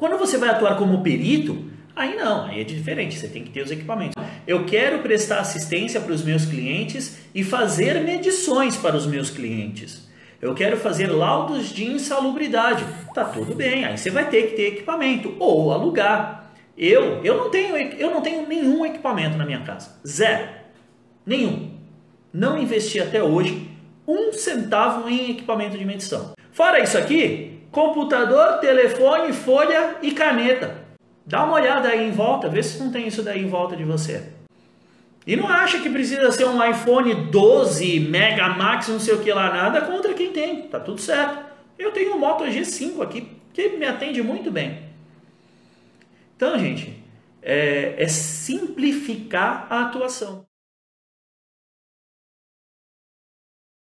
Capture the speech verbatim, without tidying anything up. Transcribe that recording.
Quando você vai atuar como perito, aí não, aí é diferente, você tem que ter os equipamentos. Eu quero prestar assistência para os meus clientes e fazer medições para os meus clientes. Eu quero fazer laudos de insalubridade. Tá tudo bem, aí você vai ter que ter equipamento ou alugar. Eu, eu não tenho, eu não tenho nenhum equipamento na minha casa. Zero. Nenhum. Não investi até hoje um centavo em equipamento de medição. Fora isso aqui, computador, telefone, folha e caneta. Dá uma olhada aí em volta, vê se não tem isso daí em volta de você. E não acha que precisa ser um iPhone doze, Mega Max, não sei o que lá, nada contra quem tem, tá tudo certo. Eu tenho um Moto G cinco aqui, que me atende muito bem. Então, gente, é, é simplificar a atuação.